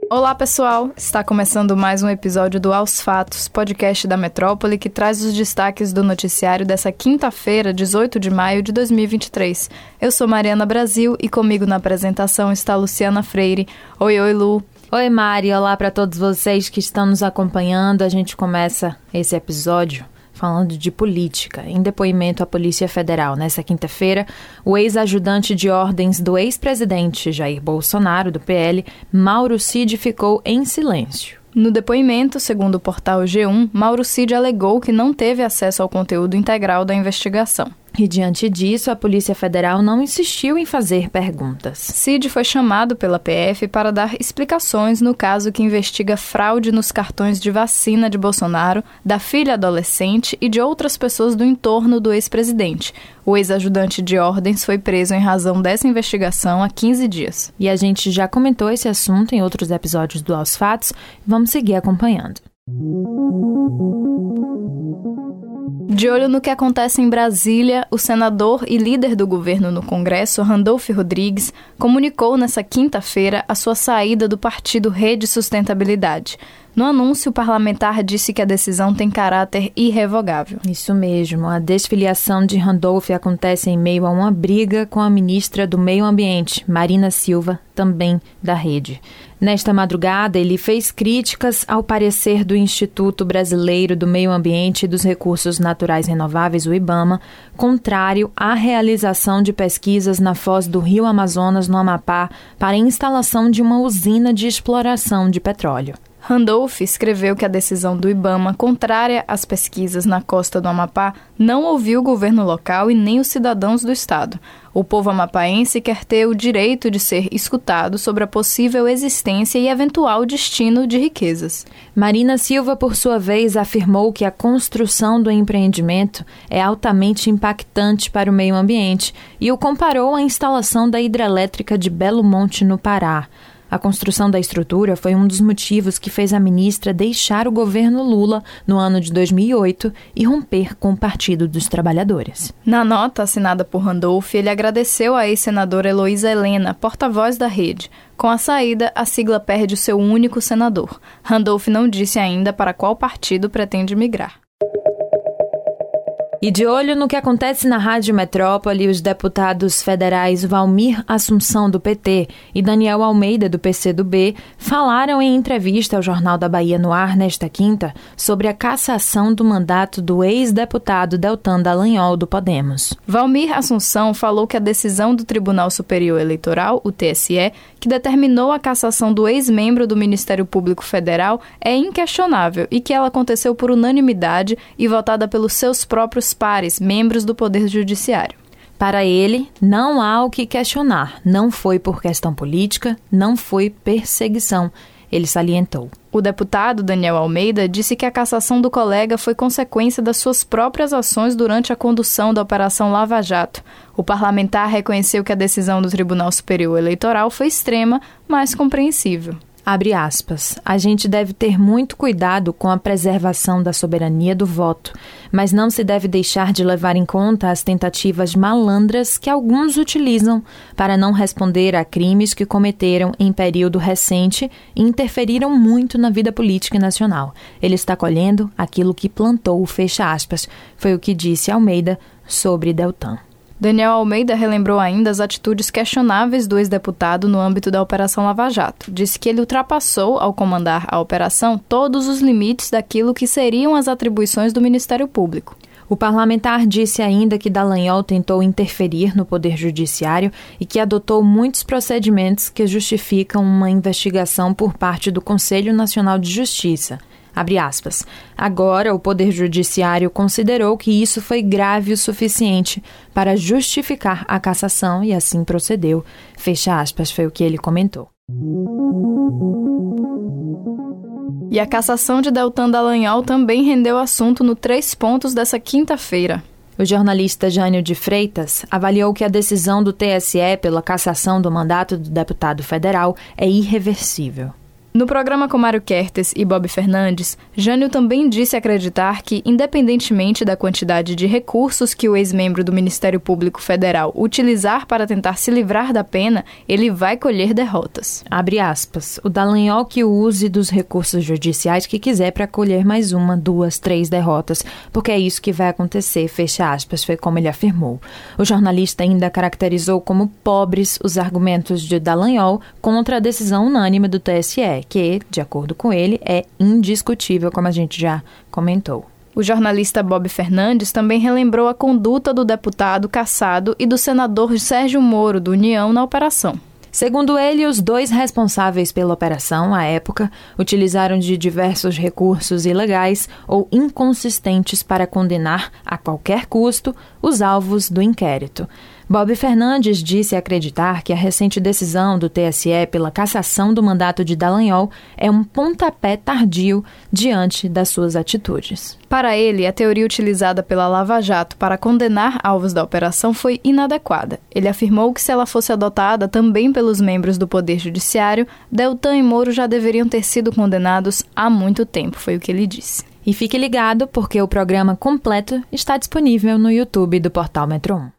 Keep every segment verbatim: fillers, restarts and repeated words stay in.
Olá, pessoal! Está começando mais um episódio do Aos Fatos, podcast da Metrópole, que traz os destaques do noticiário dessa quinta-feira, dezoito de maio de dois mil e vinte e três. Eu sou Mariana Brasil e comigo na apresentação está Luciana Freire. Oi, oi, Lu! Oi, Mari! Olá para todos vocês que estão nos acompanhando. A gente começa esse episódio falando de política. Em depoimento à Polícia Federal, nessa quinta-feira, o ex-ajudante de ordens do ex-presidente Jair Bolsonaro, do P L, Mauro Cid, ficou em silêncio. No depoimento, segundo o portal G um, Mauro Cid alegou que não teve acesso ao conteúdo integral da investigação. E diante disso, a Polícia Federal não insistiu em fazer perguntas. Cid foi chamado pela P F para dar explicações no caso que investiga fraude nos cartões de vacina de Bolsonaro, da filha adolescente e de outras pessoas do entorno do ex-presidente. O ex-ajudante de ordens foi preso em razão dessa investigação há quinze dias. E a gente já comentou esse assunto em outros episódios do Aos Fatos. Vamos seguir acompanhando. De olho no que acontece em Brasília, o senador e líder do governo no Congresso, Randolfo Rodrigues, comunicou nesta quinta-feira a sua saída do partido Rede Sustentabilidade. No anúncio, o parlamentar disse que a decisão tem caráter irrevogável. Isso mesmo. A desfiliação de Randolfo acontece em meio a uma briga com a ministra do Meio Ambiente, Marina Silva, também da Rede. Nesta madrugada, ele fez críticas ao parecer do Instituto Brasileiro do Meio Ambiente e dos Recursos Naturais Renováveis, o IBAMA, contrário à realização de pesquisas na foz do Rio Amazonas, no Amapá, para a instalação de uma usina de exploração de petróleo. Randolph escreveu que a decisão do IBAMA, contrária às pesquisas na costa do Amapá, não ouviu o governo local e nem os cidadãos do estado. O povo amapaense quer ter o direito de ser escutado sobre a possível existência e eventual destino de riquezas. Marina Silva, por sua vez, afirmou que a construção do empreendimento é altamente impactante para o meio ambiente e o comparou à instalação da hidrelétrica de Belo Monte, no Pará. A construção da estrutura foi um dos motivos que fez a ministra deixar o governo Lula no ano de dois mil e oito e romper com o Partido dos Trabalhadores. Na nota assinada por Randolph, ele agradeceu à ex-senadora Heloísa Helena, porta-voz da rede. Com a saída, a sigla perde o seu único senador. Randolph não disse ainda para qual partido pretende migrar. E de olho no que acontece na Rádio Metrópole, os deputados federais Valmir Assunção, do P T, e Daniel Almeida, do P C do B, falaram em entrevista ao Jornal da Bahia no Ar nesta quinta sobre a cassação do mandato do ex-deputado Deltan Dallagnol, do Podemos. Valmir Assunção falou que a decisão do Tribunal Superior Eleitoral, o T S E, que determinou a cassação do ex-membro do Ministério Público Federal é inquestionável e que ela aconteceu por unanimidade e votada pelos seus próprios pares, membros do Poder Judiciário. Para ele, não há o que questionar. Não foi por questão política, não foi perseguição, ele salientou. O deputado Daniel Almeida disse que a cassação do colega foi consequência das suas próprias ações durante a condução da Operação Lava Jato. O parlamentar reconheceu que a decisão do Tribunal Superior Eleitoral foi extrema, mas compreensível. Abre aspas, a gente deve ter muito cuidado com a preservação da soberania do voto, mas não se deve deixar de levar em conta as tentativas malandras que alguns utilizam para não responder a crimes que cometeram em período recente e interferiram muito na vida política nacional. Ele está colhendo aquilo que plantou, fecha aspas, foi o que disse Almeida sobre Deltan. Daniel Almeida relembrou ainda as atitudes questionáveis do ex-deputado no âmbito da Operação Lava Jato. Disse que ele ultrapassou, ao comandar a operação, todos os limites daquilo que seriam as atribuições do Ministério Público. O parlamentar disse ainda que Dallagnol tentou interferir no Poder Judiciário e que adotou muitos procedimentos que justificam uma investigação por parte do Conselho Nacional de Justiça. Abre aspas. Agora, o Poder Judiciário considerou que isso foi grave o suficiente para justificar a cassação e assim procedeu. Fecha aspas, foi o que ele comentou. E a cassação de Deltan Dallagnol também rendeu assunto no Três Pontos dessa quinta-feira. O jornalista Jânio de Freitas avaliou que a decisão do T S E pela cassação do mandato do deputado federal é irreversível. No programa com Mário Kertes e Bob Fernandes, Jânio também disse acreditar que, independentemente da quantidade de recursos que o ex-membro do Ministério Público Federal utilizar para tentar se livrar da pena, ele vai colher derrotas. Abre aspas. O Dallagnol que use dos recursos judiciais que quiser para colher mais uma, duas, três derrotas, porque é isso que vai acontecer, fecha aspas, foi como ele afirmou. O jornalista ainda caracterizou como pobres os argumentos de Dallagnol contra a decisão unânime do T S E, que, de acordo com ele, é indiscutível, como a gente já comentou. O jornalista Bob Fernandes também relembrou a conduta do deputado Cassado e do senador Sérgio Moro, do União, na operação. Segundo ele, os dois responsáveis pela operação, à época, utilizaram de diversos recursos ilegais ou inconsistentes para condenar, a qualquer custo, os alvos do inquérito. Bob Fernandes disse acreditar que a recente decisão do T S E pela cassação do mandato de Dallagnol é um pontapé tardio diante das suas atitudes. Para ele, a teoria utilizada pela Lava Jato para condenar alvos da operação foi inadequada. Ele afirmou que se ela fosse adotada também pelos membros do Poder Judiciário, Deltan e Moro já deveriam ter sido condenados há muito tempo, foi o que ele disse. E fique ligado porque o programa completo está disponível no YouTube do Portal Metro um.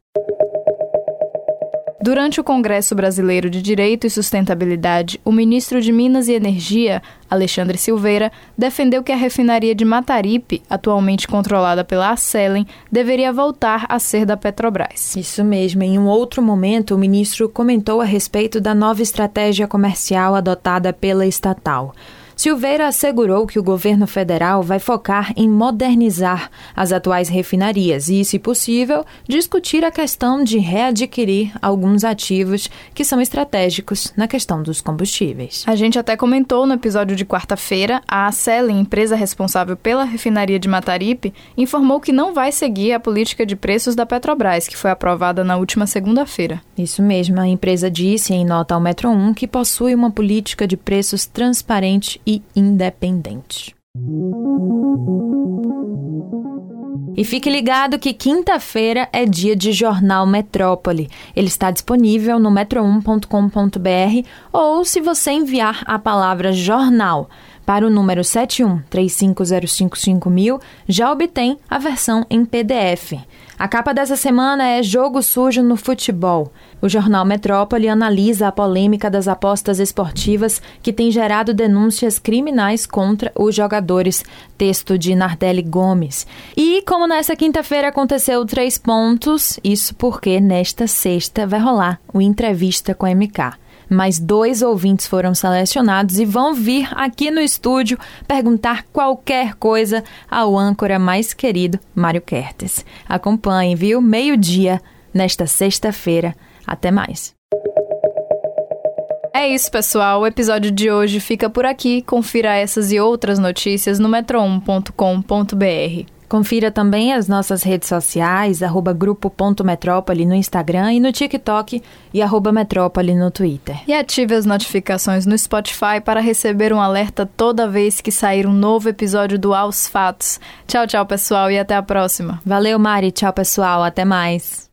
Durante o Congresso Brasileiro de Direito e Sustentabilidade, o ministro de Minas e Energia, Alexandre Silveira, defendeu que a refinaria de Mataripe, atualmente controlada pela Acelen, deveria voltar a ser da Petrobras. Isso mesmo. Em um outro momento, o ministro comentou a respeito da nova estratégia comercial adotada pela estatal. Silveira assegurou que o governo federal vai focar em modernizar as atuais refinarias e, se possível, discutir a questão de readquirir alguns ativos que são estratégicos na questão dos combustíveis. A gente até comentou no episódio de quarta-feira, a Acelen, empresa responsável pela refinaria de Mataripe, informou que não vai seguir a política de preços da Petrobras, que foi aprovada na última segunda-feira. Isso mesmo, a empresa disse em nota ao Metro um que possui uma política de preços transparente e e independente. E fique ligado que quinta-feira é dia de Jornal Metrópole. Ele está disponível no metro um ponto com ponto b r ou se você enviar a palavra jornal para o número sete um três cinco zero cinco cinco mil, já obtém a versão em P D F. A capa dessa semana é Jogo Sujo no Futebol. O jornal Metrópole analisa a polêmica das apostas esportivas que tem gerado denúncias criminais contra os jogadores. Texto de Nardelli Gomes. E como nessa quinta-feira aconteceu três pontos, isso porque nesta sexta vai rolar o Entrevista com M K. Mais dois ouvintes foram selecionados e vão vir aqui no estúdio perguntar qualquer coisa ao âncora mais querido, Mário Kertes. Acompanhe, viu? Meio-dia, nesta sexta-feira. Até mais. É isso, pessoal. O episódio de hoje fica por aqui. Confira essas e outras notícias no metro um ponto com ponto b r. Confira também as nossas redes sociais, arroba grupo.metrópole no Instagram e no TikTok e arroba metrópole no Twitter. E ative as notificações no Spotify para receber um alerta toda vez que sair um novo episódio do Aos Fatos. Tchau, tchau, pessoal, e até a próxima. Valeu, Mari. Tchau, pessoal. Até mais.